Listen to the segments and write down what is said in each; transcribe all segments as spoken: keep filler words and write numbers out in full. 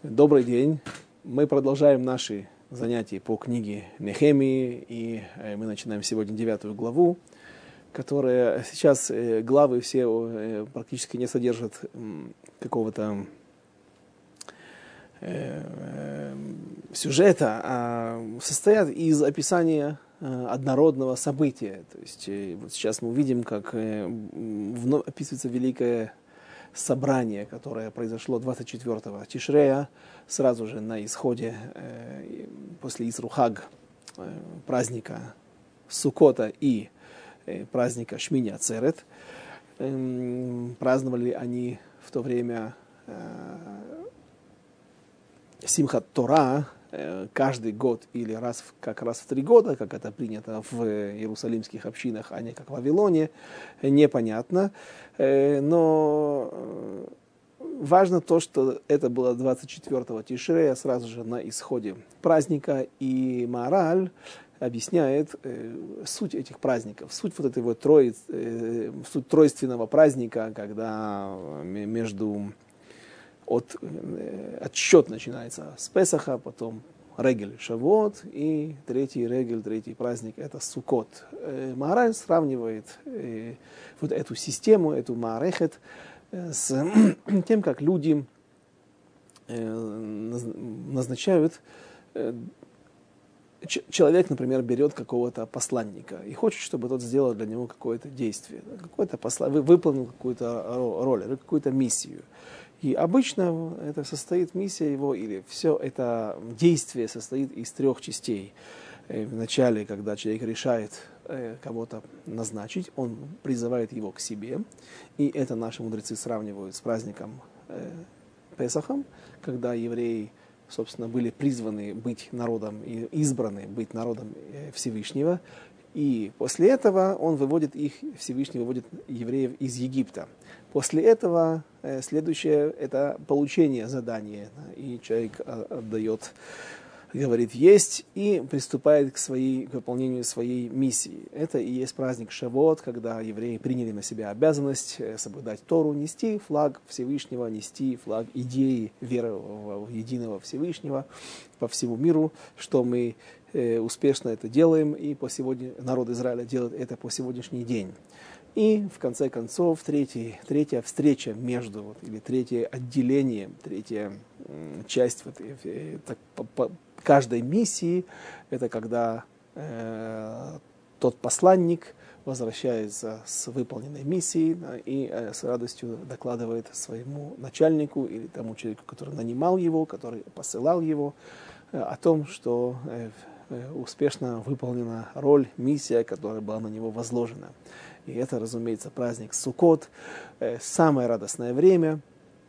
Добрый день. Мы продолжаем наши занятия по книге Нехемии, и мы начинаем сегодня девятую главу, которая сейчас, главы все практически не содержат какого-то сюжета, а состоят из описания однородного события. То есть вот сейчас мы увидим, как вновь описывается великое собрание, которое произошло двадцать четвёртого Тишрея, сразу же на исходе, э, после Исру-Хаг, э, праздника Суккота и э, праздника Шмини Ацерет. Э, праздновали они в то время э, Симхат Тора э, каждый год или раз в, как раз в три года, как это принято в иерусалимских общинах, а не как в Вавилоне, непонятно. Э, но важно то, что это было двадцать четвёртого Тишрея, сразу же на исходе праздника, и Маораль объясняет э, суть этих праздников, суть вот этой вот троиц, э, суть тройственного праздника, когда между от, э, отсчет начинается с Песаха, потом Регель Шавуот, и третий Регель, третий праздник – это Суккот. Э, Маораль сравнивает э, вот эту систему, эту Маарехет, с тем, как люди назначают. Человек, например, берет какого-то посланника и хочет, чтобы тот сделал для него какое-то действие, какое-то посла... выполнил какую-то роль, какую-то миссию. И обычно это состоит, миссия его, или все это действие состоит из трех частей. Вначале, когда человек решает кого-то назначить, он призывает его к себе. И это наши мудрецы сравнивают с праздником э, Песахом, когда евреи, собственно, были призваны быть народом, и избраны быть народом Всевышнего. И после этого он выводит их, Всевышний выводит евреев из Египта. После этого э, следующее – это получение задания. И человек отдает, говорит «есть» и приступает к, своей, к выполнению своей миссии. Это и есть праздник Шавуот, когда евреи приняли на себя обязанность соблюдать Тору, нести флаг Всевышнего, нести флаг идеи веры в единого Всевышнего по всему миру, что мы э, успешно это делаем, и по сегодня, народ Израиля делает это по сегодняшний день. И в конце концов третий, третья встреча между, вот, или третье отделение, третья м, часть вот, э, так, по, по, каждой миссии, это когда э, тот посланник возвращается с выполненной миссией, да, и э, с радостью докладывает своему начальнику или тому человеку, который нанимал его, который посылал его, э, о том, что э, э, успешно выполнена роль, миссия, которая была на него возложена. И это, разумеется, праздник Суккот, э, самое радостное время,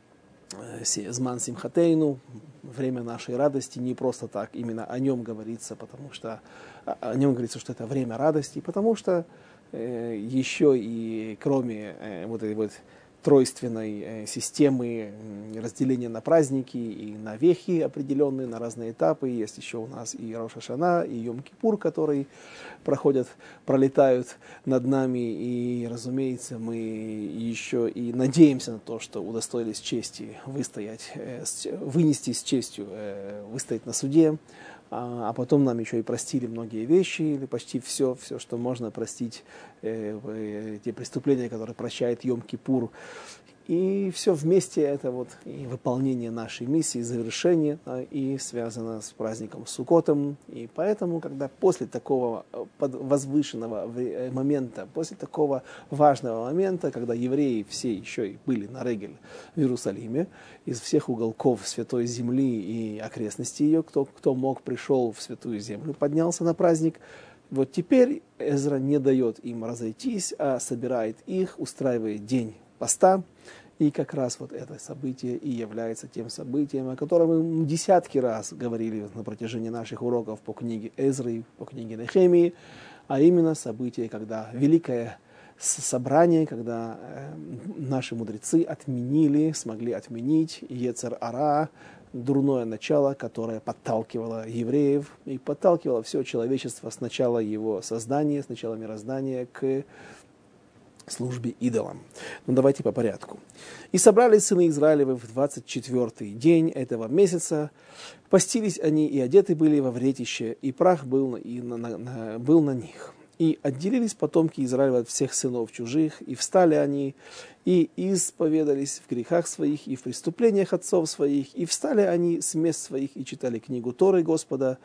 Зман Симхатейну, время нашей радости, не просто так, именно о нем говорится, потому что о нем говорится, что это время радости, потому что э, еще и кроме э, вот этой вот тройственной э, системы э, разделения на праздники и на вехи определенные, на разные этапы, есть еще у нас и Рош ха-Шана, и Йом-Кипур, которые проходят, пролетают над нами, и, разумеется, мы еще и надеемся на то, что удостоились чести выстоять, вынести с честью, выстоять на суде, а потом нам еще и простили многие вещи, или почти все, все, что можно простить, те преступления, которые прощает Йом-Кипур. И все вместе это вот и выполнение нашей миссии, завершение, да, и связано с праздником Суккотом. И поэтому, когда после такого возвышенного момента, после такого важного момента, когда евреи все еще и были на Регель в Иерусалиме, из всех уголков Святой Земли и окрестностей ее, кто, кто мог, пришел в Святую Землю, поднялся на праздник. Вот теперь Эзра не дает им разойтись, а собирает их, устраивает день поста, и как раз вот это событие и является тем событием, о котором мы десятки раз говорили на протяжении наших уроков по книге Эзры, по книге Нехемии, а именно событие, когда великое собрание, когда э, наши мудрецы отменили, смогли отменить Йецер Ара, дурное начало, которое подталкивало евреев и подталкивало все человечество с начала его создания, с начала мироздания к службе идолам. Но давайте по порядку. «И собрались сыны Израилевы в двадцать четвёртый день этого месяца. Постились они, и одеты были во вретище, и прах был на, и на, на, на, был на них. И отделились потомки Израилева от всех сынов чужих, и встали они, и исповедались в грехах своих, и в преступлениях отцов своих, и встали они с мест своих, и читали книгу Торы Господа,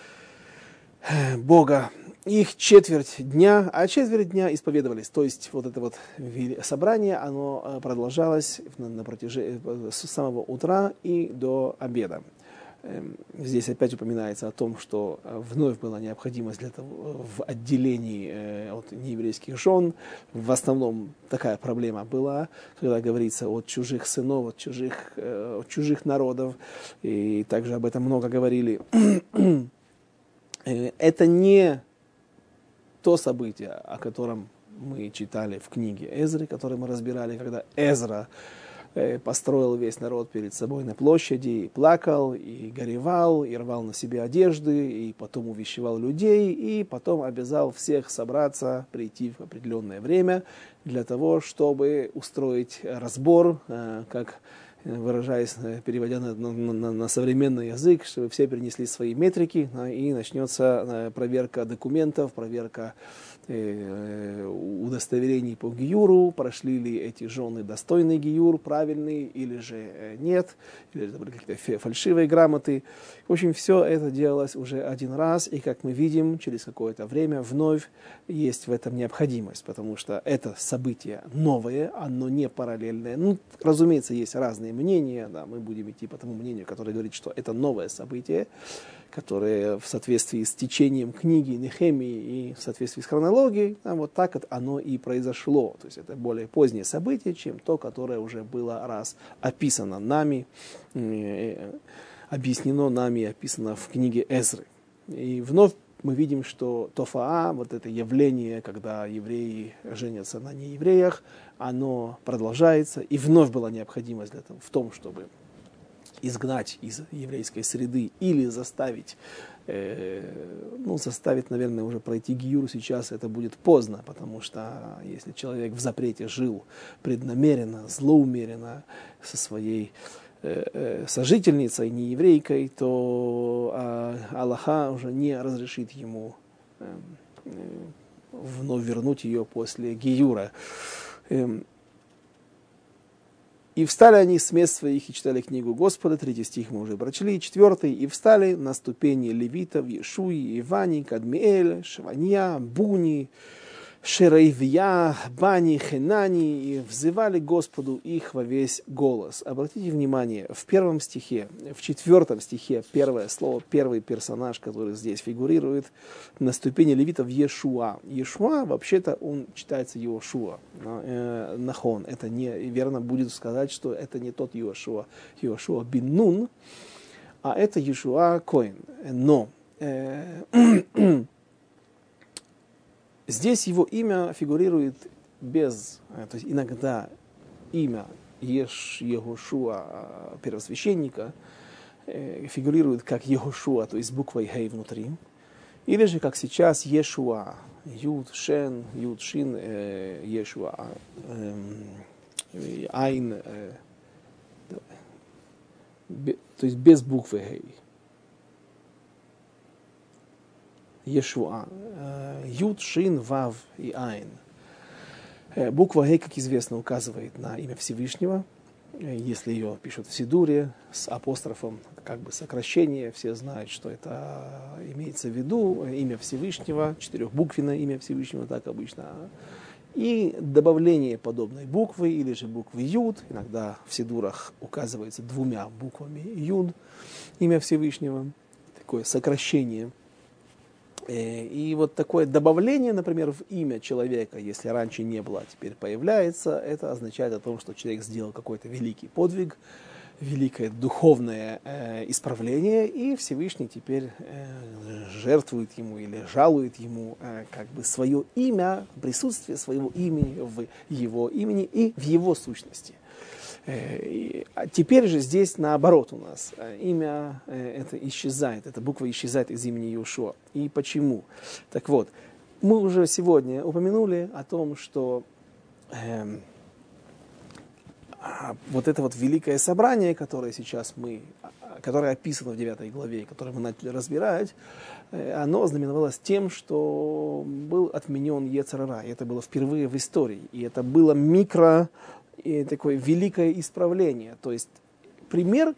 Бога, их четверть дня, а четверть дня исповедовались». То есть вот это вот собрание, оно продолжалось на, на протяжении с самого утра и до обеда. Здесь опять упоминается о том, что вновь была необходимость для того, в отделении от нееврейских жен. В основном такая проблема была, когда говорится от чужих сынов, от чужих, от чужих народов, и также об этом много говорили. Это не то событие, о котором мы читали в книге Эзры, которое мы разбирали, когда Эзра построил весь народ перед собой на площади, и плакал, и горевал, и рвал на себе одежды, и потом увещевал людей, и потом обязал всех собраться, прийти в определенное время для того, чтобы устроить разбор, как выражаясь, переводя на, на, на современный язык, чтобы все принесли свои метрики, и начнется проверка документов, проверка э, удостоверений по гиюру, прошли ли эти жены достойный гиюр, правильный, или же нет, или это были какие-то фальшивые грамоты. В общем, все это делалось уже один раз, и, как мы видим, через какое-то время вновь есть в этом необходимость, потому что это событие новое, оно не параллельное. Ну, разумеется, есть разные мнения, да, мы будем идти по тому мнению, которое говорит, что это новое событие, которое в соответствии с течением книги Нехемии и в соответствии с хронологией, да, вот так вот оно и произошло. То есть это более позднее событие, чем то, которое уже было раз описано нами, э, объяснено нами, описано в книге Эзры. И вновь мы видим, что тофаа, вот это явление, когда евреи женятся на неевреях, оно продолжается, и вновь была необходимость для того, в том, чтобы изгнать из еврейской среды или заставить, э, ну, заставить, наверное, уже пройти гиюр сейчас, это будет поздно, потому что если человек в запрете жил преднамеренно, злоумеренно со своей сожительницей, не еврейкой, то а, Аллаха уже не разрешит ему э, э, вновь вернуть ее после гиюра. Э, «И встали они с мест своих и читали книгу Господа», третий стих мы уже прочли, четвертый, «И встали на ступени левитов Иешуи, Ивани, Кадмиэль, Шеванья, Буни, Шерейвия, Бани, Хенани, и взывали Господу их во весь голос». Обратите внимание, в первом стихе, в четвертом стихе, первое слово, первый персонаж, который здесь фигурирует, на ступени левитов Иешуа. Иешуа, вообще-то, он читается Иошуа. Э, Нахон. Это не верно будет сказать, что это не тот Иошуа, Иошуа бин Нун, а это Иешуа Коэн. Но э, здесь его имя фигурирует без, то есть иногда имя Еш Егошуа, первосвященника, фигурирует как Егошуа, то есть с буквой Хей внутри, или же как сейчас Ешуа, Юд, Шен, Юд, Шин, Ешуа, Айн, то есть без буквы Хей. Ешуа. Юд, Шин, Вав и Айн. Буква Гей, как известно, указывает на имя Всевышнего. Если ее пишут в Сидуре с апострофом, как бы сокращение, все знают, что это имеется в виду имя Всевышнего, четырехбуквенное имя Всевышнего, так обычно. И добавление подобной буквы, или же буквы Юд, иногда в Сидурах указывается двумя буквами Юд, имя Всевышнего, такое сокращение. И вот такое добавление, например, в имя человека, если раньше не было, а теперь появляется, это означает о том, что человек сделал какой-то великий подвиг, великое духовное э, исправление, и Всевышний теперь э, жертвует ему или жалует ему э, как бы свое имя, присутствие своего имени в его имени и в его сущности. А теперь же здесь наоборот у нас. Имя это исчезает, эта буква исчезает из имени Иешуа. И почему? Так вот, мы уже сегодня упомянули о том, что э, вот это вот великое собрание, которое сейчас мы, которое описано в девятой главе, которое мы начали разбирать, оно знаменовалось тем, что был отменен йецер ара. И это было впервые в истории. И это было микро, и такое великое исправление. То есть пример,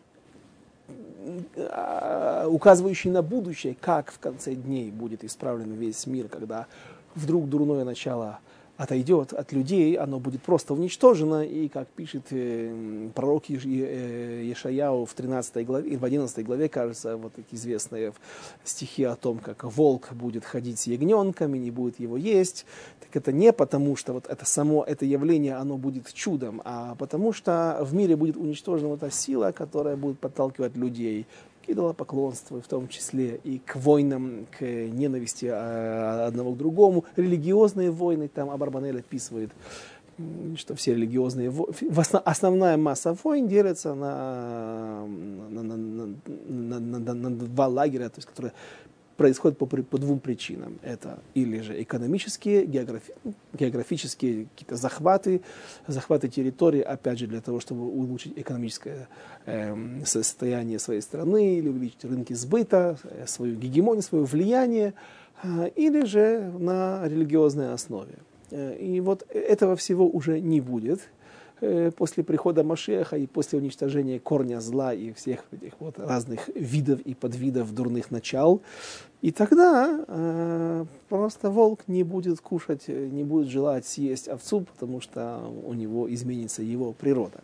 указывающий на будущее, как в конце дней будет исправлен весь мир, когда вдруг дурное начало отойдет от людей, оно будет просто уничтожено, и, как пишет э, пророк Еш, э, Ешаяу в тринадцатой главе, в одиннадцатой главе, кажется, вот такие известные стихи о том, как волк будет ходить с ягненком и не будет его есть. Так это не потому, что вот это само это явление, оно будет чудом, а потому что в мире будет уничтожена вот эта сила, которая будет подталкивать людей к идолопоклонству, в том числе и к войнам, к ненависти одного к другому. Религиозные войны, там Абарбанель описывает, что все религиозные войны, основная масса войн делится на, на, на, на, на, на, на два лагеря, то есть, которые происходят по, по двум причинам. Это или же экономические, географи, географические какие-то захваты, захваты территории, опять же, для того, чтобы улучшить экономическое э, состояние своей страны, или увеличить рынки сбыта, свою гегемонию, свое влияние, э, или же на религиозной основе. Э, и вот этого всего уже не будет после прихода Машиаха и после уничтожения корня зла и всех этих вот разных видов и подвидов дурных начал. И тогда э, просто волк не будет кушать, не будет желать съесть овцу, потому что у него изменится его природа.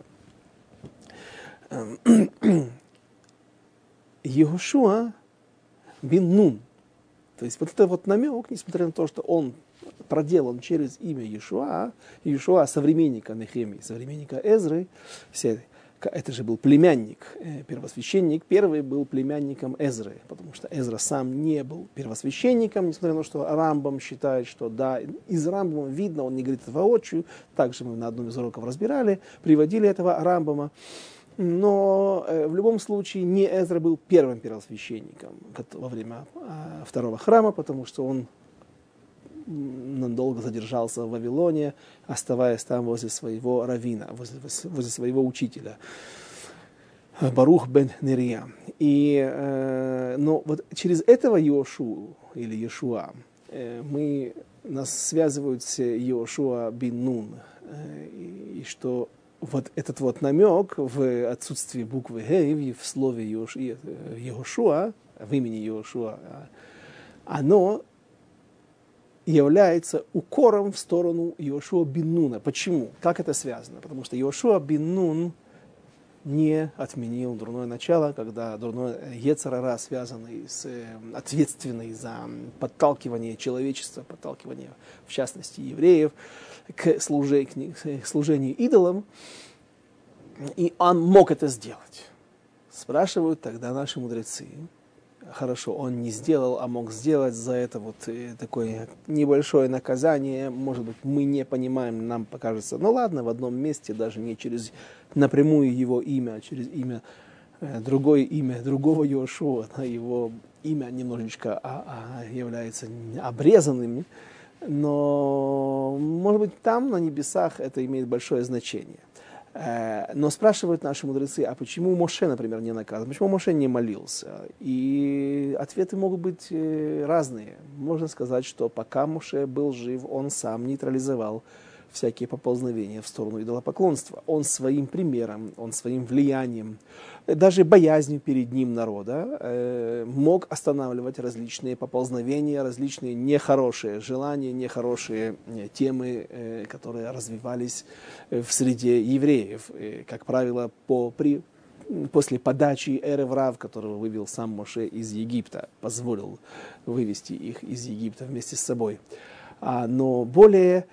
Йеошуа бен Нун. То есть вот это вот намек, несмотря на то, что он проделан через имя Иешуа, Иешуа современника Нехемии, современника Эзры, это же был племянник, первосвященник, первый был племянником Эзры, потому что Эзра сам не был первосвященником, несмотря на то, что Рамбам считает, что да, из Рамбама видно, он не говорит это воочию, также мы на одном из уроков разбирали, приводили этого Рамбама. Но э, в любом случае не Эзра был первым первосвященником во время э, второго храма, потому что он надолго задержался в Вавилоне, оставаясь там возле своего раввина, возле, возле своего учителя, Барух бен Нерия. И, э, но вот через этого Йеошу, или Иешуа, э, мы, нас связывают с Йеошуа бен Нун, э, и, и что вот этот вот намек в отсутствии буквы Гей в слове Йеошуа, в имени Йеошуа, оно является укором в сторону Йеошуа бен Нуна. Почему? Как это связано? Потому что Йеошуа бен Нун не отменил дурное начало, когда дурной йецер ара, связанный с ответственный за подталкивание человечества, подталкивание, в частности, евреев, к служению, к служению идолам, и он мог это сделать. Спрашивают тогда наши мудрецы. Хорошо, он не сделал, а мог сделать, за это вот такое небольшое наказание. Может быть, мы не понимаем, нам покажется, ну ладно, в одном месте, даже не через напрямую его имя, а через имя, другое имя другого Йеошуа, его имя немножечко а, а, является обрезанным, но, может быть, там, на небесах, это имеет большое значение. Но спрашивают наши мудрецы, а почему Моше, например, не наказан? Почему Моше не молился? И ответы могут быть разные. Можно сказать, что пока Моше был жив, он сам нейтрализовал всякие поползновения в сторону идолопоклонства. Он своим примером, он своим влиянием, даже боязнью перед ним народа э, мог останавливать различные поползновения, различные нехорошие желания, нехорошие э, темы, э, которые развивались э, в среде евреев. И, как правило, по, при, после подачи Эрев Рав, которого вывел сам Моше из Египта, позволил вывести их из Египта вместе с собой. А, но более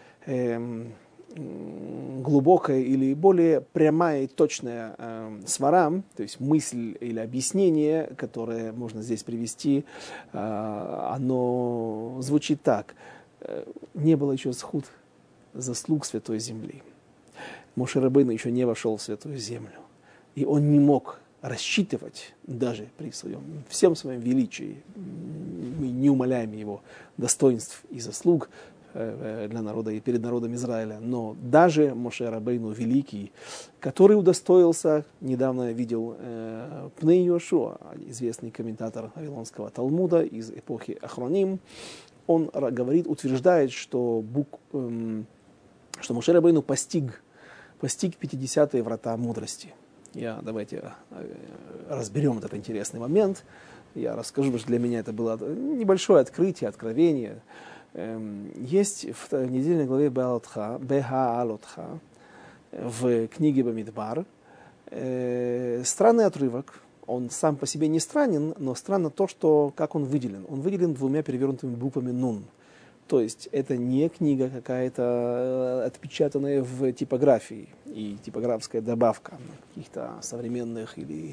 глубокая или более прямая и точная э, свара, то есть мысль или объяснение, которое можно здесь привести, э, оно звучит так. Не было еще схуд заслуг Святой Земли. Моше Рабейну еще не вошел в Святую Землю. И он не мог рассчитывать даже при своем, всем своем величии, мы не умаляем его достоинств и заслуг, для народа и перед народом Израиля. Но даже Моше Рабейну Великий, который удостоился, недавно я видел э, Пней Йошуа, известный комментатор Вавилонского Талмуда из эпохи Ахроним, он говорит, утверждает, что, бук, эм, что Моше Рабейну постиг, постиг пятидесятые врата мудрости. Я, давайте разберем этот интересный момент. Я расскажу, что для меня это было небольшое открытие, откровение. Есть в недельной главе Бегаалотха в книге Бамидбар странный отрывок. Он сам по себе не странен, но странно то, что, как он выделен. Он выделен двумя перевернутыми буквами «нун». То есть это не книга какая-то отпечатанная в типографии и типографская добавка каких-то современных или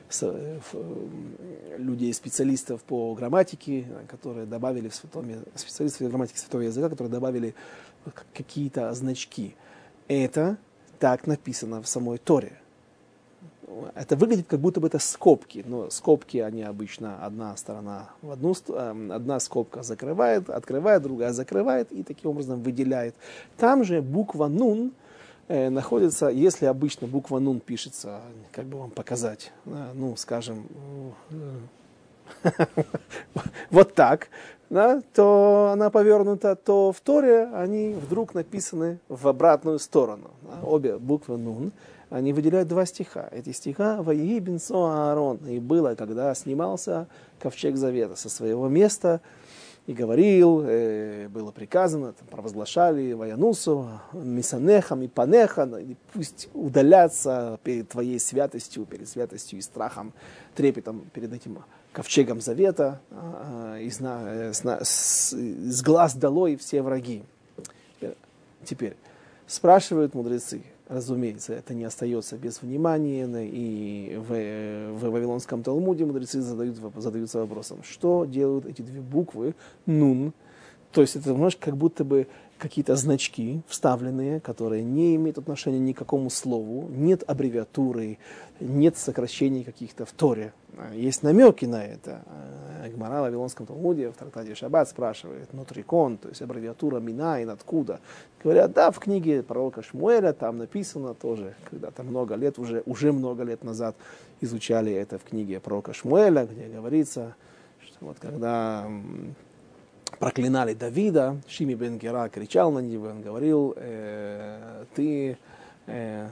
людей-специалистов по грамматике, которые добавили в святом, специалисты по грамматике святого языка, которые добавили какие-то значки. Это так написано в самой Торе. Это выглядит, как будто бы это скобки, но скобки, они обычно одна сторона в одну сторону, одна скобка закрывает, открывает, другая закрывает и таким образом выделяет. Там же буква «нун» э, находится, если обычно буква «нун» пишется, как бы вам показать, э, ну, скажем, э, вот так, да, то она повернута, то в Торе они вдруг написаны в обратную сторону. Да, обе буквы «нун». Они выделяют два стиха. Эти стиха «Ваиги бенцо Аарон». И было, когда снимался ковчег завета со своего места и говорил, э, было приказано, там, провозглашали «Ваянусу, мисанехам и панеха», пусть удалятся перед твоей святостью, перед святостью и страхом, трепетом перед этим ковчегом завета, э, из, э, с, с глаз долой все враги. Теперь спрашивают мудрецы. Разумеется, это не остается без внимания, и в, в Вавилонском Талмуде мудрецы задают, задаются вопросом, что делают эти две буквы «нун», то есть это немножко как будто бы какие-то значки вставленные, которые не имеют отношения ни к какому слову, нет аббревиатуры, нет сокращений каких-то в Торе. Есть намеки на это. Гмара в Вавилонском Талмуде в трактате Шаббат спрашивает, нутрикон, то есть аббревиатура минайн, откуда? Говорят, да, в книге пророка Шмуэля там написано тоже, когда-то много лет, уже, уже много лет назад изучали это в книге пророка Шмуэля, где говорится, что вот когда проклинали Давида, Шими бен Гера кричал на него, он говорил, э, ты... Э,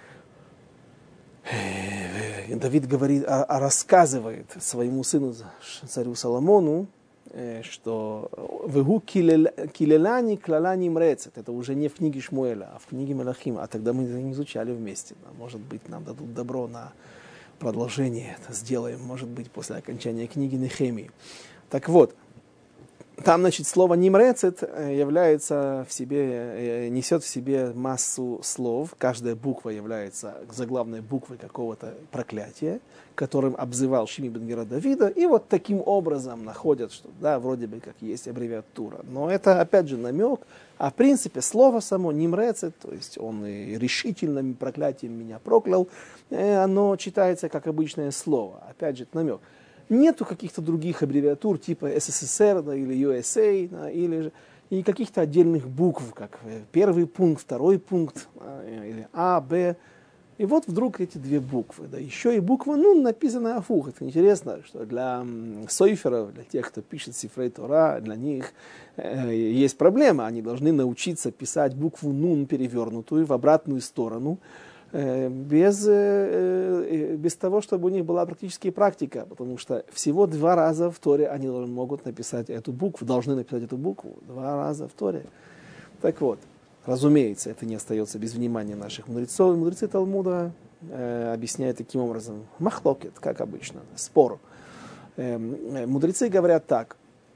Давид говорит, а, а рассказывает своему сыну, царю Соломону, э, что «Вегу килелани клалани мрецет». Это уже не в книге Шмуэля, а в книге Мелахим. А тогда мы это не изучали вместе. Может быть, нам дадут добро на продолжение. Это сделаем, может быть, после окончания книги Нехемии. Так вот, там, значит, слово «нимрецет» является в себе, несет в себе массу слов. Каждая буква является заглавной буквой какого-то проклятия, которым обзывал Шими бен Гера Давида. И вот таким образом находят, что да, вроде бы как есть аббревиатура. Но это, опять же, намек. А в принципе слово само «нимрецет», то есть он и решительным проклятием меня проклял, оно читается как обычное слово. Опять же, это намек. Нету каких-то других аббревиатур типа СССР да, или ю эс эй, да, или и каких-то отдельных букв, как первый пункт, второй пункт, да, или А, Б. И вот вдруг эти две буквы. Да, еще и буква «нун» написана афух. Это интересно, что для сойферов, для тех, кто пишет сифрей Тора, для них э, есть проблема. Они должны научиться писать букву «нун» перевернутую в обратную сторону, Без, без того, чтобы у них была практическая практика, потому что всего два раза в Торе они могут написать эту букву, должны написать эту букву, два раза в Торе. Так вот, разумеется, это не остается без внимания наших мудрецов. Мудрецы Талмуда э, объясняют таким образом, махлокет, как обычно, спор. Э, мудрецы говорят так,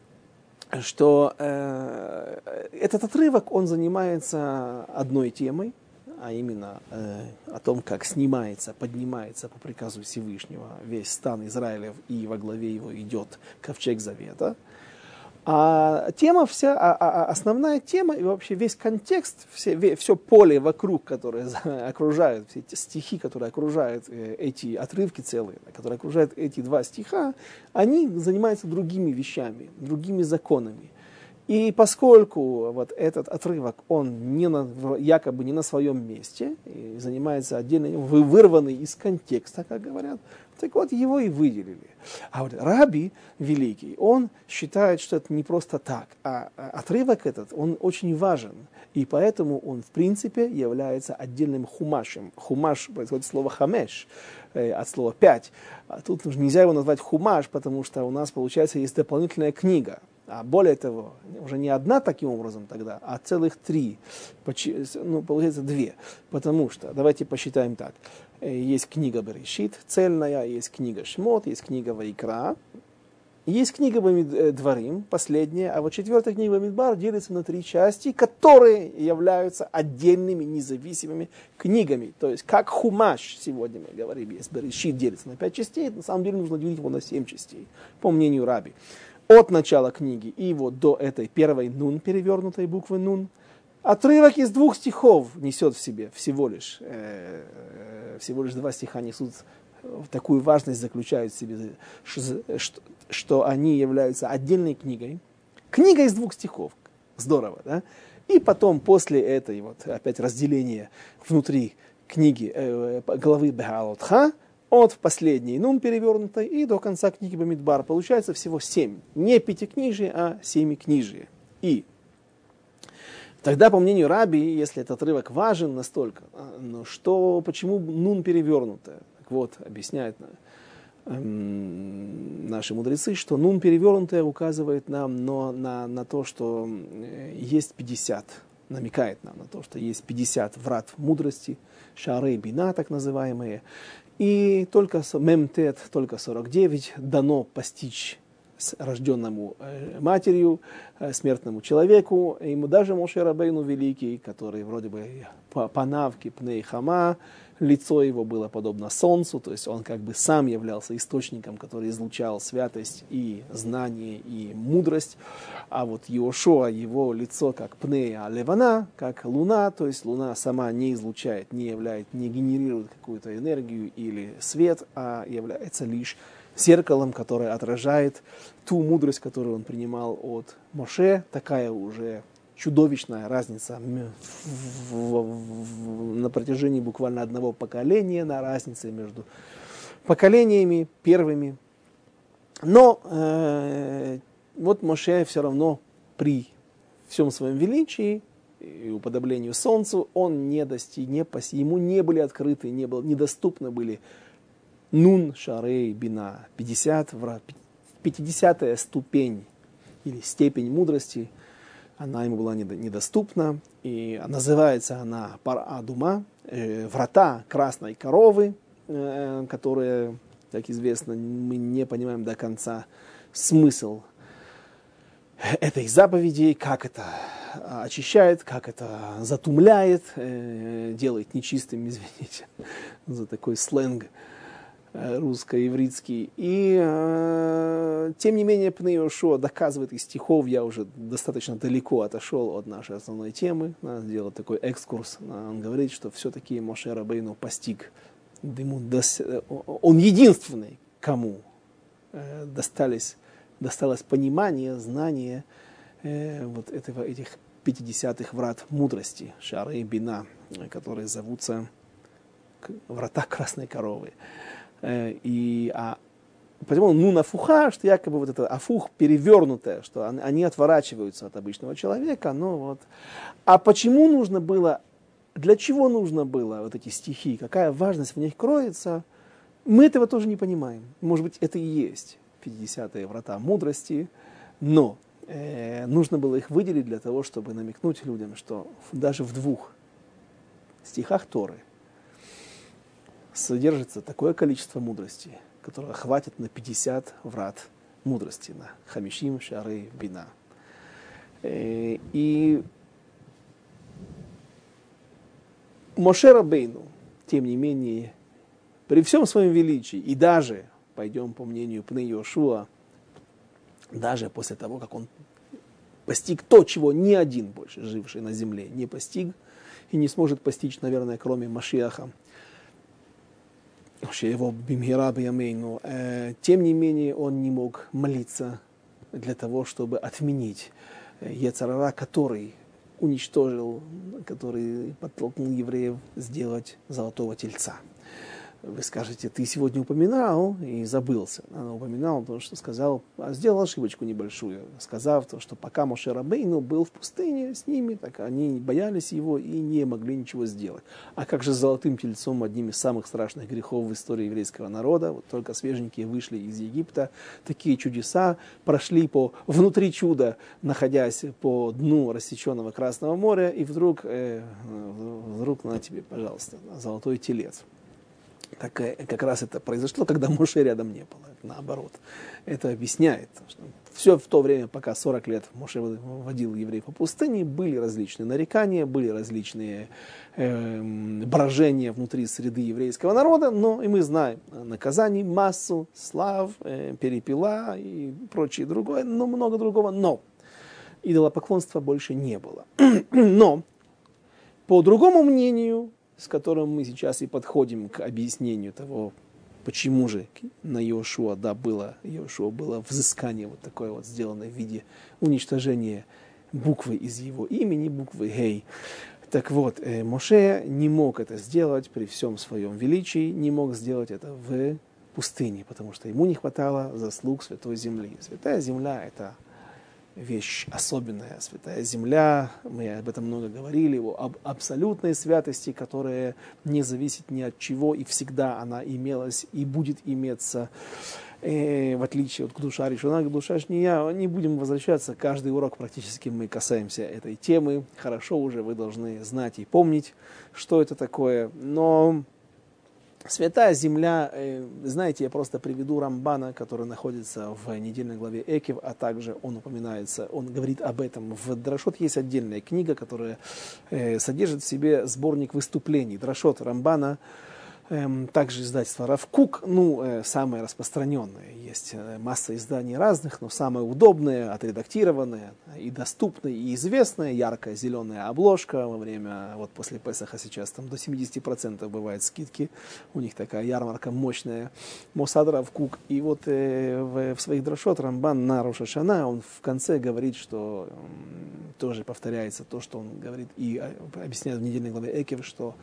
что э, этот отрывок, он занимается одной темой, а именно э, о том, как снимается, поднимается по приказу Всевышнего весь стан Израилев, и во главе его идет ковчег завета. А тема вся, а, а, основная тема и вообще весь контекст, все, все поле вокруг, которое окружает, все эти стихи, которые окружают э, эти отрывки целые, которые окружают эти два стиха, они занимаются другими вещами, другими законами. И поскольку вот этот отрывок, он не на, якобы не на своем месте, и занимается отдельно, вырванный из контекста, как говорят, так вот его и выделили. А вот Раби Великий, он считает, что это не просто так, а отрывок этот, он очень важен. И поэтому он, в принципе, является отдельным хумашем. Хумаш происходит от слова хамеш, э, от слова пять. А тут нельзя его назвать хумаш, потому что у нас, получается, есть дополнительная книга. А более того, уже не одна таким образом тогда, а целых три. Ну, получается, две. Потому что, давайте посчитаем так. Есть книга Берешит, цельная, есть книга Шмот, есть книга Вайкра. Есть книга Дворим, последняя, а вот четвертая книга Бамидбар делится на три части, которые являются отдельными независимыми книгами. То есть, как хумаш, сегодня мы говорим, есть Берешит делится на пять частей, на самом деле нужно делить его на семь частей, по мнению Раби. От начала книги и вот до этой первой нун, перевернутой буквы нун, отрывок из двух стихов несет в себе всего лишь, э, всего лишь два стиха несут такую важность, заключают в себе, что, что они являются отдельной книгой. Книга из двух стихов. Здорово, да? И потом, после этой вот опять разделения внутри книги э, главы Бегалотха, от последней нун перевернутой и до конца книги Бамидбар, получается всего семь. Не пятикнижие, а семикнижие. И тогда, по мнению Раби, если этот отрывок важен настолько, но что, почему нун перевернутая? Так вот, объясняют эм, наши мудрецы, что нун перевернутая указывает нам но, на, на то, что есть пятьдесят, намекает нам на то, что есть пятьдесят врат мудрости, шары бина, так называемые, и только мемтет, только сорок девять дано постичь рожденному э, матерью, э, смертному человеку, и ему даже Моше Рабейну Великий, который вроде бы по, по навке пней хама, лицо его было подобно солнцу, то есть он как бы сам являлся источником, который излучал святость и знание, и мудрость, а вот Йошуа, его лицо как пнея левана, как луна, то есть луна сама не излучает, не является, не генерирует какую-то энергию или свет, а является лишь зеркалом, которое отражает ту мудрость, которую он принимал от Моше. Такая уже чудовищная разница в, в, в, на протяжении буквально одного поколения, на разнице между поколениями первыми. Но э, вот Моше все равно при всем своем величии и уподоблению солнцу, он не достиг, не пос, ему не были открыты, не было, недоступны были нун, шарей, бина, пятьдесят, пятидесятая ступень или степень мудрости, она ему была недоступна, и называется она пар-адума, э, врата красной коровы, э, которые, как известно, мы не понимаем до конца смысл этой заповеди, как это очищает, как это затумляет, э, делает нечистым, извините за такой сленг русско-ивритский. И э, тем не менее Пней Йошуа доказывает из стихов, я уже достаточно далеко отошел от нашей основной темы, надо сделать такой экскурс. Он говорит, что все-таки Моше Рабейну постиг, ему дос, он единственный, кому э, достались, досталось понимание, знание э, вот этого, этих пятидесятых врат мудрости, шары и бина, которые зовутся врата красной коровы. И, а, почему нун афуха, что якобы вот это афух перевернутое, что они, они отворачиваются от обычного человека, ну вот. А почему нужно было, для чего нужно было вот эти стихи, какая важность в них кроется, мы этого тоже не понимаем. Может быть, это и есть пятидесятые врата мудрости, но э, нужно было их выделить для того, чтобы намекнуть людям, что даже в двух стихах Торы содержится такое количество мудрости, которое хватит на пятьдесят врат мудрости, на хамишим, шары, бина. И Моше Рабейну, тем не менее, при всем своем величии, и даже, пойдем по мнению Пней Йошуа, даже после того, как он постиг то, чего ни один больше живший на земле не постиг, и не сможет постичь, наверное, кроме Машиаха, его бимхира б'ямейну, тем не менее он не мог молиться для того, чтобы отменить йецер ара, который уничтожил, который подтолкнул евреев сделать золотого тельца. Вы скажете, ты сегодня упоминал и забылся. Она упоминала, потому что сказал, сделал ошибочку небольшую, сказав, то, что пока Моше Рабейну был в пустыне с ними, так они боялись его и не могли ничего сделать. А как же с золотым тельцом, одним из самых страшных грехов в истории еврейского народа? Вот только свеженькие вышли из Египта, такие чудеса прошли по внутри чуда, находясь по дну рассеченного Красного моря, и вдруг, э, вдруг на тебе, пожалуйста, золотой телец. Так, как раз это произошло, когда Моше рядом не было. Наоборот. Это объясняет, что все в то время, пока сорок лет Моше водил евреев по пустыне, были различные нарекания, были различные э, брожения внутри среды еврейского народа, но и мы знаем наказаний, массу, слав, э, перепела и прочее другое, но много другого. Но идолопоклонства больше не было. Но, по другому мнению, с которым мы сейчас и подходим к объяснению того, почему же на Йошуа, да, было, Йошуа было взыскание вот такое вот сделано в виде уничтожения буквы из его имени, буквы Гей. Так вот, э, Моше не мог это сделать при всем своем величии, не мог сделать это в пустыне, потому что ему не хватало заслуг Святой Земли. Святая Земля – это вещь особенная, святая земля, мы об этом много говорили, об абсолютной святости, которая не зависит ни от чего, и всегда она имелась и будет иметься, э, в отличие от Кдуша Ришона, Кдуша Шния. Не будем возвращаться, каждый урок практически мы касаемся этой темы, хорошо уже вы должны знать и помнить, что это такое, но святая земля, знаете, я просто приведу Рамбана, который находится в недельной главе Экев, а также он упоминается, он говорит об этом. В Дрошот есть отдельная книга, которая содержит в себе сборник выступлений. Дрошот Рамбана, также издательство Рав Кук, ну, самое распространенное. Есть масса изданий разных, но самое удобное, отредактированное и доступное, и известное, яркая зеленая обложка во время, вот после Песаха сейчас там до семьдесят процентов бывает скидки, у них такая ярмарка мощная, Мосад Рав Кук. И вот э, в, в своих дрошот Рамбан на Рош ха-Шана, он в конце говорит, что э, тоже повторяется то, что он говорит и объясняет в недельной главе Экев, что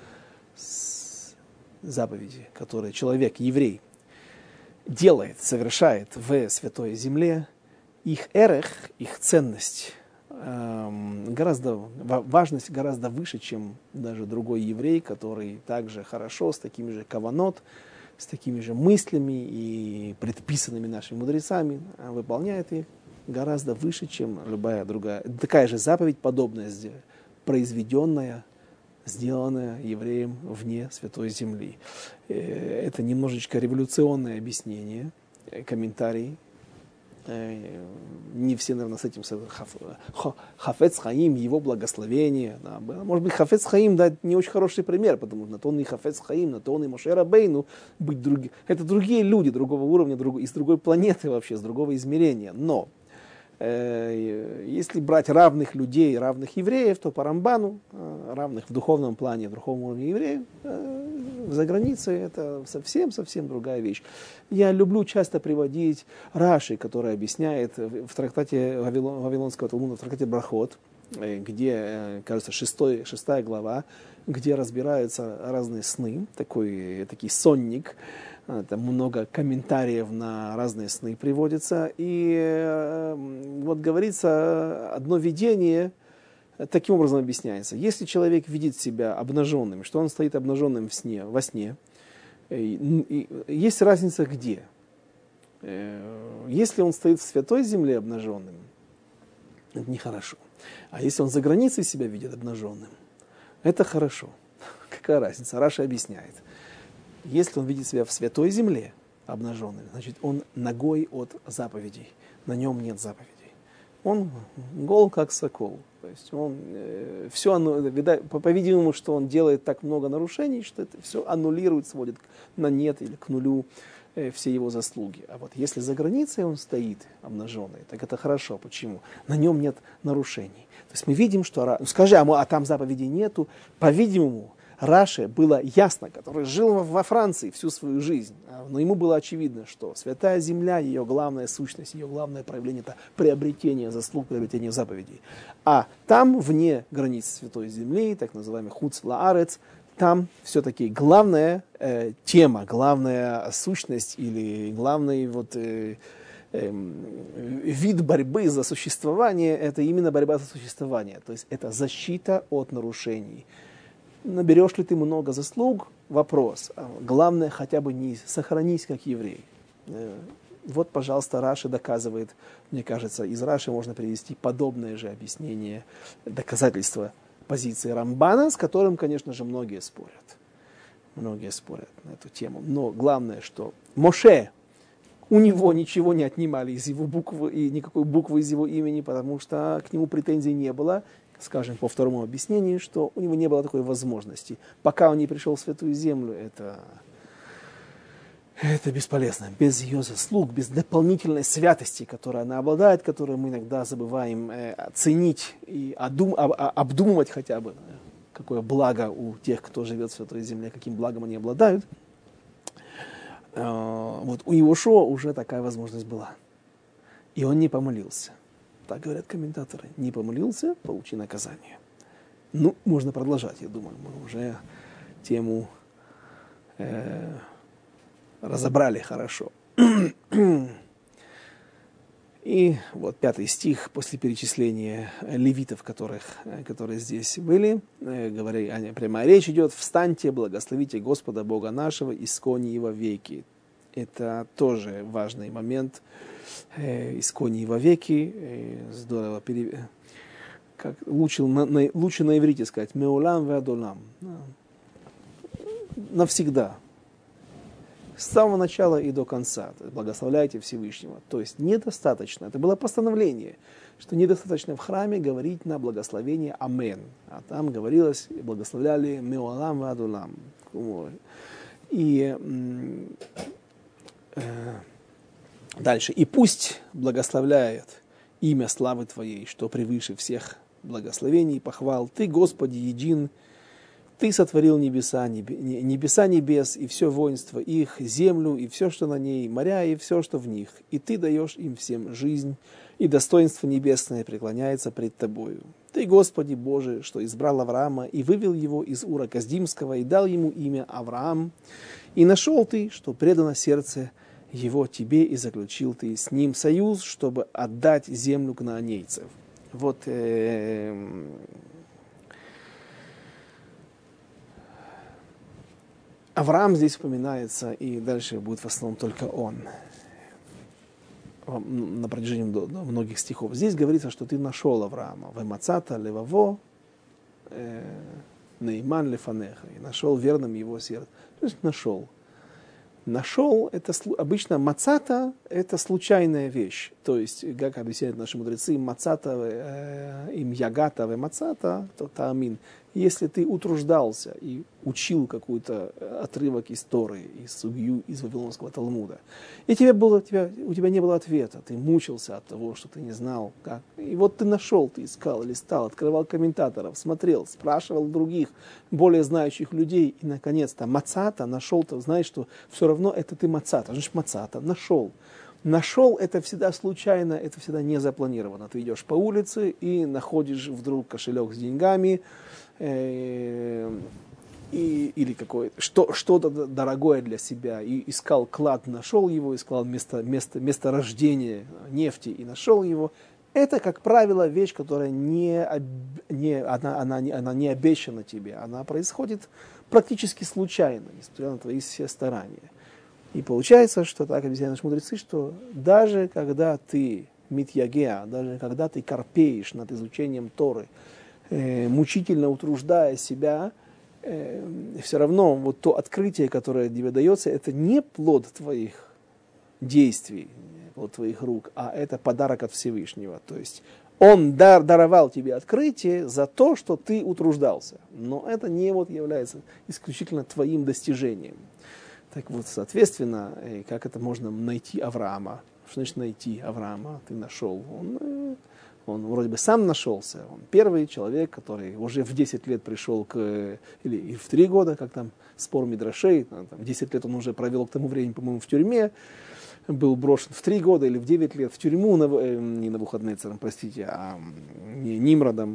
заповеди, которые человек, еврей, делает, совершает в Святой Земле, их эрех, их ценность, эм, гораздо, важность гораздо выше, чем даже другой еврей, который также хорошо, с такими же каванот, с такими же мыслями и предписанными нашими мудрецами выполняет их, гораздо выше, чем любая другая. Такая же заповедь, подобная, произведенная, сделанное евреем вне Святой Земли. Это немножечко революционное объяснение, комментарий. Не все, наверное, с этим Хафец Хаим, его благословение. Да. Может быть, Хафец Хаим дать не очень хороший пример, потому что на то он и Хафец Хаим, на то он и Моше Рабейну быть другим. Это другие люди, другого уровня, друг, из другой планеты вообще, с другого измерения. Но если брать равных людей, равных евреев, то по Рамбану, равных в духовном плане, в духовном уровне евреев, за границей это совсем-совсем другая вещь. Я люблю часто приводить Раши, который объясняет в трактате Вавилонского Талмуда, в трактате Брахот, где, кажется, шестой, шестая глава, где разбираются разные сны, такой, такой сонник. Там много комментариев на разные сны приводится. И э, вот говорится, одно видение таким образом объясняется. Если человек видит себя обнаженным, что он стоит обнаженным в сне, во сне, и, и, есть разница где? Э, если он стоит в Святой Земле обнаженным, это нехорошо. А если он за границей себя видит обнаженным, это хорошо. Какая разница? Раша объясняет. Если он видит себя в Святой Земле обнаженным, значит, он нагой от заповедей. На нем нет заповедей. Он гол, как сокол. То есть он, э, все, по-видимому, что он делает так много нарушений, что это все аннулирует, сводит на нет или к нулю э, все его заслуги. А вот если за границей он стоит обнаженный, так это хорошо. Почему? На нем нет нарушений. То есть мы видим, что... Ну, скажи, а, а там заповедей нету? По-видимому, Раше было ясно, который жил во Франции всю свою жизнь, но ему было очевидно, что Святая Земля, ее главная сущность, ее главное проявление – это приобретение заслуг, приобретение заповедей. А там, вне границ Святой Земли, так называемый Хуц Лаарец, там все-таки главная э, тема, главная сущность или главный вот, э, э, вид борьбы за существование – это именно борьба за существование. То есть это защита от нарушений. Наберешь ли ты много заслуг? Вопрос. Главное, хотя бы не сохранись как еврей. Вот, пожалуйста, Раши доказывает, мне кажется, из Раши можно привести подобное же объяснение, доказательство позиции Рамбана, с которым, конечно же, многие спорят. Многие спорят на эту тему. Но главное, что Моше, у него ничего не отнимали из его буквы, и никакой буквы из его имени, потому что к нему претензий не было. Скажем, по второму объяснению, что у него не было такой возможности. Пока он не пришел в Святую Землю, это, это бесполезно. Без ее заслуг, без дополнительной святости, которой она обладает, которую мы иногда забываем э, оценить и одум, об, обдумывать хотя бы, какое благо у тех, кто живет в Святой Земле, каким благом они обладают. Э, вот у Иошуа уже такая возможность была. И он не помолился. Так говорят комментаторы. Не помолился, получи наказание. Ну, можно продолжать, я думаю. Мы уже тему э, разобрали хорошо. И вот пятый стих, после перечисления левитов, которых, которые здесь были, э, говоря, прямая речь идет: «Встаньте, благословите Господа Бога нашего, искони его веки». Это тоже важный момент. Искони во веки, здорово, пере... как лучше на, на, лучше на иврите сказать, меолам веадолам, навсегда, с самого начала и до конца, благословляйте Всевышнего. То есть недостаточно, это было постановление, что недостаточно в храме говорить на благословение амен, а там говорилось, благословляли меолам веадолам. И э, дальше. «И пусть благословляет имя славы Твоей, что превыше всех благословений и похвал. Ты, Господи, един, Ты сотворил небеса, небеса небес и все воинство их, землю и все, что на ней, моря и все, что в них. И Ты даешь им всем жизнь, и достоинство небесное преклоняется пред Тобою. Ты, Господи Боже, что избрал Авраама и вывел его из Ура Каздимского и дал ему имя Авраам. И нашел Ты, что предано сердце его Тебе, и заключил Ты с ним союз, чтобы отдать землю кнаанейцев». Вот э, Авраам здесь упоминается, и дальше будет в основном только он. На протяжении многих стихов. Здесь говорится, что ты нашел Авраама. «Вемацата леваво нейман лефанеха». И нашел верным его сердце. То есть нашел. Нашел, это обычно мацата, это случайная вещь. То есть, как объясняют наши мудрецы, мацата, им ягата, ве мацата, то таамин. Если ты утруждался и учил какой-то отрывок из Торы, из Сугью, из Вавилонского Талмуда, и тебе было, тебя, у тебя не было ответа, ты мучился от того, что ты не знал, как. И вот ты нашел, ты искал, листал, открывал комментаторов, смотрел, спрашивал других, более знающих людей, и, наконец-то, мацата нашел, ты знаешь, что все равно это ты мацата, значит, мацата, нашел. Нашел, это всегда случайно, это всегда не запланировано. Ты идешь по улице и находишь вдруг кошелек с деньгами, э, и, или какое, что, что-то дорогое для себя, и искал клад, нашел его, искал место, место, место рождения нефти и нашел его. Это, как правило, вещь, которая не, не, она, она, она не обещана тебе, она происходит практически случайно, несмотря на твои все старания. И получается, что так объясняют наши мудрецы, что даже когда ты митьягеа, даже когда ты корпеешь над изучением Торы, э, мучительно утруждая себя, э, все равно вот то открытие, которое тебе дается, это не плод твоих действий, плод твоих рук, а это подарок от Всевышнего. То есть Он дар, даровал тебе открытие за то, что ты утруждался. Но это не вот является исключительно твоим достижением. Так вот, соответственно, как это можно найти Авраама? Что значит найти Авраама? Ты нашел. Он Он вроде бы сам нашелся. Он первый человек, который уже в десять лет пришел к... Или в три года, как там спор Мидрашей. Там, в десять лет он уже провел к тому времени, по-моему, в тюрьме. Был брошен в три года или в девять лет в тюрьму, на, э, не Навуходоносором, простите, а не Нимродом.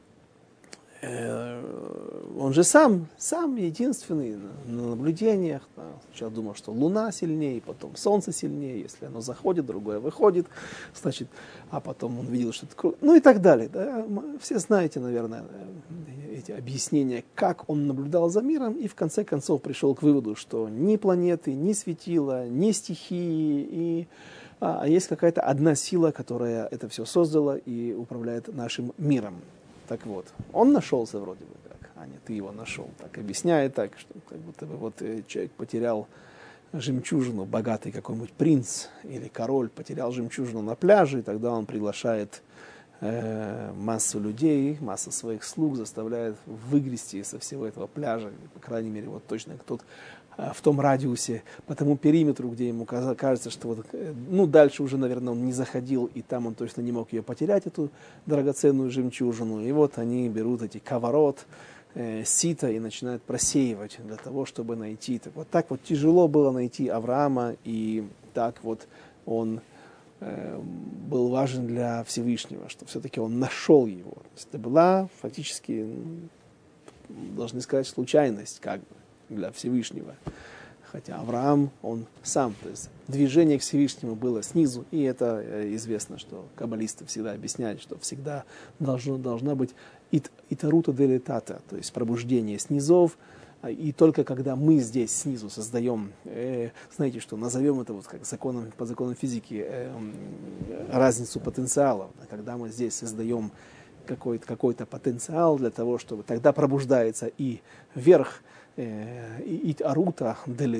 Э, он же сам, сам единственный на, на наблюдениях. Да. Сначала думал, что Луна сильнее, потом Солнце сильнее. Если оно заходит, другое выходит. Значит, а потом он видел, что это круто. Ну и так далее. Да. Все знаете, наверное, эти объяснения, как он наблюдал за миром, и в конце концов пришел к выводу, что ни планеты, ни светила, ни стихии, и, а есть какая-то одна сила, которая это все создала и управляет нашим миром. Так вот, он нашелся вроде бы как, а не ты его нашел. Так объясняет так, что как будто бы вот человек потерял жемчужину, богатый какой-нибудь принц или король потерял жемчужину на пляже, и тогда он приглашает э, массу людей, массу своих слуг, заставляет выгрести со всего этого пляжа, по крайней мере, вот точно кто-то в том радиусе, по тому периметру, где ему кажется, что вот, ну, дальше уже, наверное, он не заходил, и там он точно не мог ее потерять, эту драгоценную жемчужину. И вот они берут эти коворот, э, сито и начинают просеивать для того, чтобы найти. Так, вот так вот тяжело было найти Авраама, и так вот он э, был важен для Всевышнего, что все-таки он нашел его. То есть это была фактически, должны сказать, случайность, как бы, для Всевышнего. Хотя Авраам, он сам, то есть движение к Всевышнему было снизу, и это известно, что каббалисты всегда объясняют, что всегда должно, должна быть ит, итарута делетата, то есть пробуждение снизов, и только когда мы здесь снизу создаем, э, знаете, что назовем это вот как законом, по законам физики э, разницу потенциалов, когда мы здесь создаем какой-то, какой-то потенциал для того, чтобы тогда пробуждается и верх, и арута деля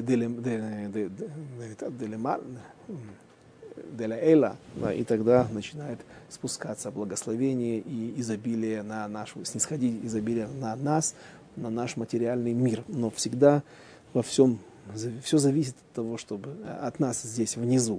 эла, и тогда начинает спускаться благословение и изобилие на нашу, снисходить изобилие на нас, на наш материальный мир. Но всегда во всем, все зависит от того, чтобы от нас здесь внизу.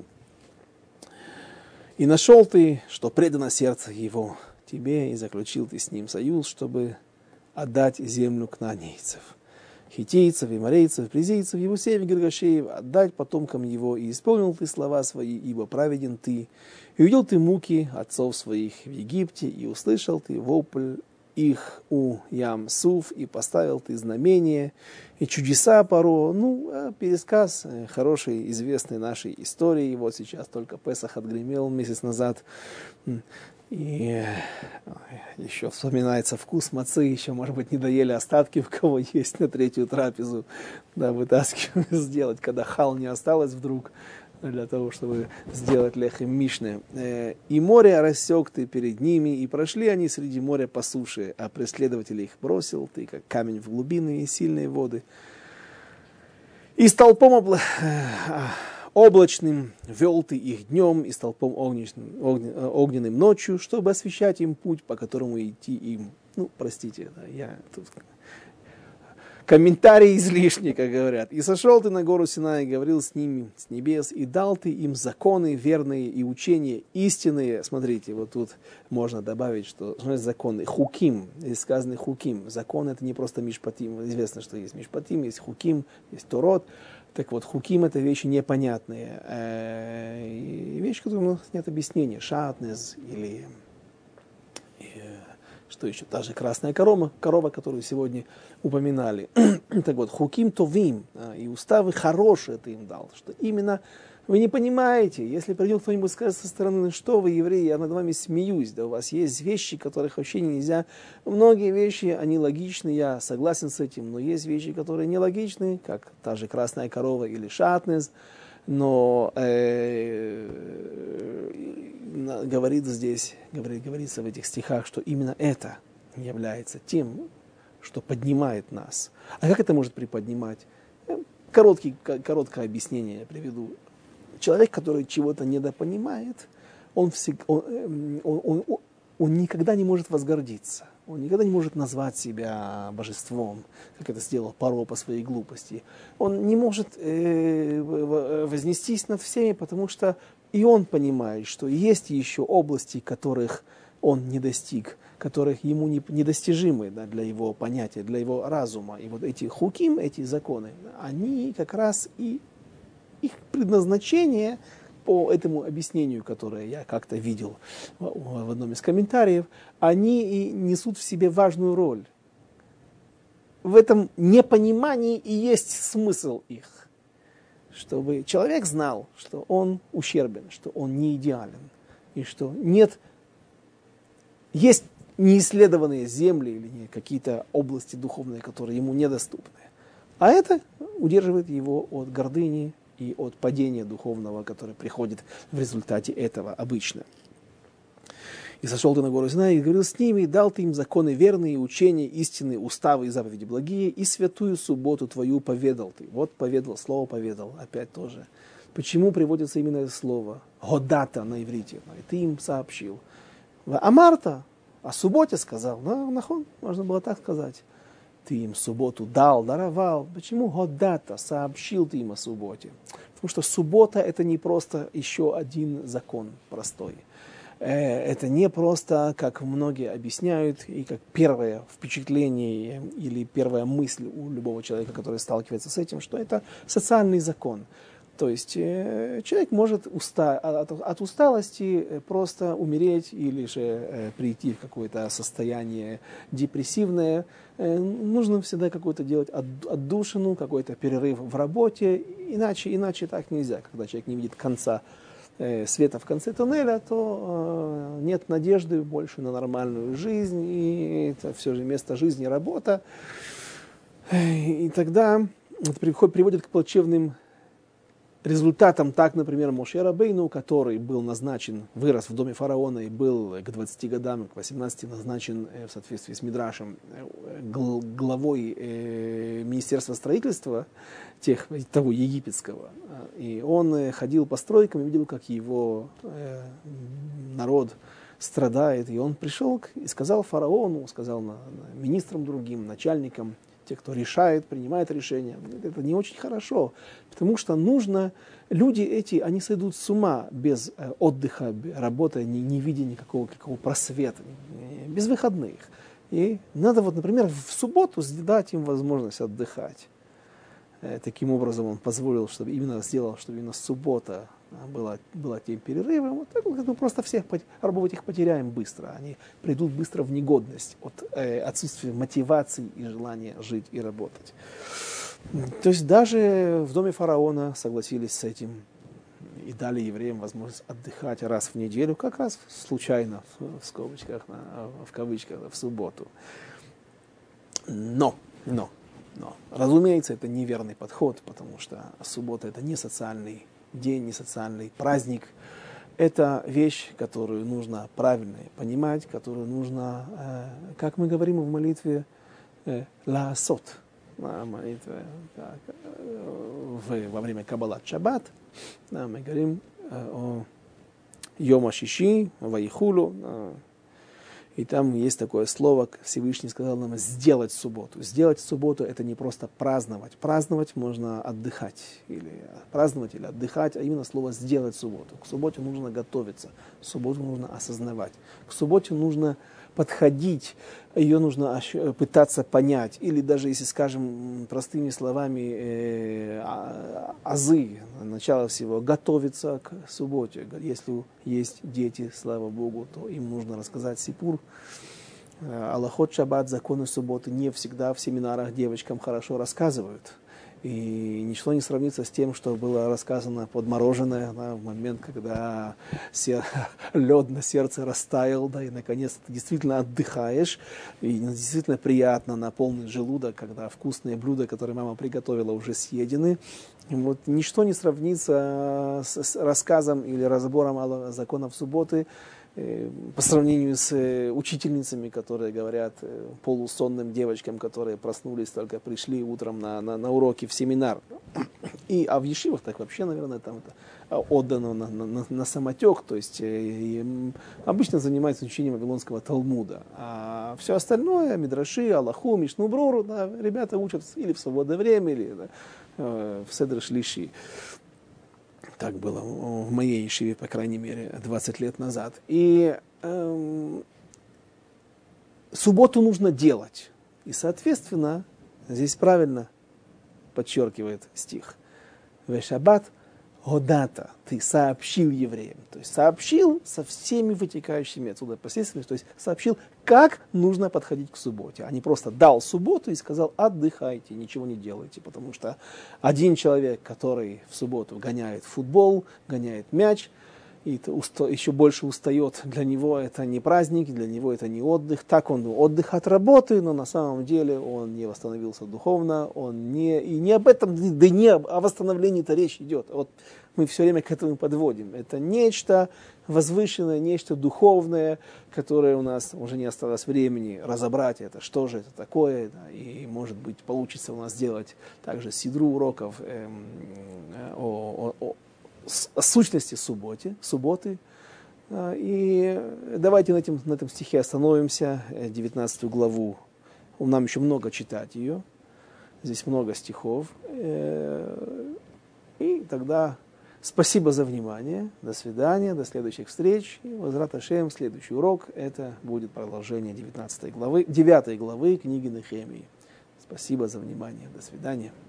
И нашел ты, что предано сердце его тебе, и заключил ты с ним союз, чтобы отдать землю кнаанейцев, хитейцев, эморейцев, призейцев, Евусеев, Гиргашеев, отдать потомкам его, и исполнил ты слова свои, ибо праведен ты. И увидел ты муки отцов своих в Египте, и услышал ты вопль их у Ям-Суф, и поставил ты знамение, и чудеса Паро. Ну, пересказ хорошей, известной нашей истории. Вот сейчас только Песах отгремел месяц назад. И еще вспоминается вкус мацы, еще, может быть, не доели остатки, у кого есть, на третью трапезу, да, вытаскиваем сделать, когда хал не осталось вдруг, для того, чтобы сделать лехем мишне. И море рассек ты перед ними, и прошли они среди моря по суше, а преследователи их бросил ты, как камень в глубины и сильные воды. И столпом обла... облачным вел ты их днем, и столпом огненным, огненным ночью, чтобы освещать им путь, по которому идти им. Ну, простите, да, я тут... Комментарий излишний, как говорят. И сошел ты на гору Синай, и говорил с ними с небес, и дал ты им законы верные и учения истинные. Смотрите, вот тут можно добавить, что, что это законы. Хуким, здесь сказано хуким. Закон — это не просто мишпатим. Известно, что есть мишпатим, есть хуким, есть торот. Так вот, хуким — это вещи непонятные. Вещи, которые у нас нет объяснения. Шатнез или... Что еще? Та же красная корова, корова, которую сегодня упоминали. Так вот, хуким товим, и уставы хорошие ты им дал. Что именно, вы не понимаете, если придет кто-нибудь скажет со стороны, что вы евреи, я над вами смеюсь, да у вас есть вещи, которых вообще нельзя. Многие вещи, они логичны, я согласен с этим, но есть вещи, которые нелогичны, как та же красная корова или шатнез. Но э, говорит здесь, говорит, говорится в этих стихах, что именно это является тем, что поднимает нас. А как это может приподнимать? Короткий, короткое объяснение я приведу. Человек, который чего-то недопонимает, он, всег, он, он, он, он никогда не может возгордиться. Он никогда не может назвать себя божеством, как это сделал Паро по своей глупости. Он не может э, вознестись над всеми, потому что и он понимает, что есть еще области, которых он не достиг, которых ему не, недостижимы, да, для его понятия, для его разума. И вот эти хуким, эти законы, они как раз и их предназначение по этому объяснению, которое я как-то видел в, в одном из комментариев, они и несут в себе важную роль. В этом непонимании и есть смысл их. Чтобы человек знал, что он ущербен, что он не идеален, и что нет, есть неисследованные земли или какие-то области духовные, которые ему недоступны. А это удерживает его от гордыни и от падения духовного, которое приходит в результате этого обычно. «И сошел ты на гору Синай, и говорил с ними, и дал ты им законы верные, учения, истины, уставы и заповеди благие, и святую субботу твою поведал ты». Вот поведал, слово поведал, опять тоже. Почему приводится именно это слово? Годата на иврите. И ты им сообщил. А Марта о субботе сказал. Ну, нахон, можно было так сказать. Ты им субботу дал, даровал. Почему годата? Сообщил ты им о субботе. Потому что суббота это не просто еще один закон простой. Это не просто, как многие объясняют, и как первое впечатление или первая мысль у любого человека, который сталкивается с этим, что это социальный закон. То есть человек может уста- от, от усталости просто умереть или же прийти в какое-то состояние депрессивное. Нужно всегда какой-то делать отдушину, какой-то перерыв в работе, иначе, иначе так нельзя, когда человек не видит конца света в конце туннеля, то э, нет надежды больше на нормальную жизнь, и это все же место жизни, работа. И тогда это приводит к плачевным результатам. Так, например, Моше Рабейну, который был назначен, вырос в доме фараона и был к двадцати годам, к восемнадцати назначен в соответствии с Мидрашем главой э, Министерства строительства тех, того египетского. И он ходил по стройкам и видел, как его э, народ страдает. И он пришел и сказал фараону, сказал на, на министрам другим, начальникам, те, кто решает, принимает решения. Это не очень хорошо, потому что нужно, люди эти, они сойдут с ума без э, отдыха, работы, не, не видя никакого, никакого просвета, без выходных. И надо, вот, например, в субботу дать им возможность отдыхать. Э, таким образом он позволил, чтобы именно сделал, чтобы именно суббота была, была тем перерывом. Вот так мы просто всех рабов этих потеряем быстро. Они придут быстро в негодность от э, отсутствия мотивации и желания жить и работать. То есть даже в доме фараона согласились с этим и дали евреям возможность отдыхать раз в неделю, как раз случайно, в, в скобочках, в кавычках, в субботу. Но, но, но, разумеется, это неверный подход, потому что суббота это не социальный день, не социальный праздник. Это вещь, которую нужно правильно понимать, которую нужно, э, как мы говорим в молитве, э, лаасот. Молитве, так, э, в, во время Каббалат Шаббат да, мы говорим э, о Йома Шиши, Ваихулу. Э, И там есть такое слово, Всевышний сказал нам сделать субботу. Сделать субботу это не просто праздновать. Праздновать можно отдыхать. Или праздновать или отдыхать, а именно слово сделать субботу. К субботе нужно готовиться. К субботу нужно осознавать. К субботе нужно подходить, ее нужно пытаться понять. Или даже, если скажем простыми словами, э, азы, начало всего, готовиться к субботе. Если есть дети, слава Богу, то им нужно рассказать сипур. Алахот шаббат, законы субботы не всегда в семинарах девочкам хорошо рассказывают. И ничто не сравнится с тем, что было рассказано подмороженное да, в момент, когда сер... лед на сердце растаял, да, и наконец ты действительно отдыхаешь, и действительно приятно на полный желудок, когда вкусные блюда, которые мама приготовила, уже съедены. И вот ничто не сравнится с, с рассказом или разбором законов субботы по сравнению с учительницами, которые говорят полусонным девочкам, которые проснулись, только пришли утром на, на, на уроки в семинар. И, а в ешивах так вообще, наверное, там это отдано на, на, на самотек, то есть и, обычно занимаются учением Вавилонского Талмуда. А все остальное, Мидраши, Аллаху, Мишну Брору, да, ребята учат или в свободное время, или да, в Седр Шлиши. Так было в моей ешиве, по крайней мере, двадцать лет назад. И эм, субботу нужно делать. И, соответственно, здесь правильно подчеркивает стих. Вешаббат годата, ты сообщил евреям. То есть сообщил со всеми вытекающими отсюда последствиями, то есть сообщил, как нужно подходить к субботе. А не просто дал субботу и сказал, отдыхайте, ничего не делайте. Потому что один человек, который в субботу гоняет футбол, гоняет мяч, и уста- еще больше устает, для него это не праздник, для него это не отдых. Так он отдых от работы, но на самом деле он не восстановился духовно, он не, и не об этом, да не об, о восстановлении-то речь идет. Вот мы все время к этому подводим. Это нечто возвышенное, нечто духовное, которое у нас уже не осталось времени разобрать это, что же это такое, да, и может быть получится у нас сделать также сидру уроков эм, о, о, о о сущности субботы, субботы. И давайте на этом, на этом стихе остановимся, девятнадцатую главу. Нам еще много читать ее. Здесь много стихов. И тогда спасибо за внимание. До свидания, до следующих встреч. И возврат Ашем, следующий урок. Это будет продолжение девятнадцатой главы, девятой главы книги Нехемии. Спасибо за внимание. До свидания.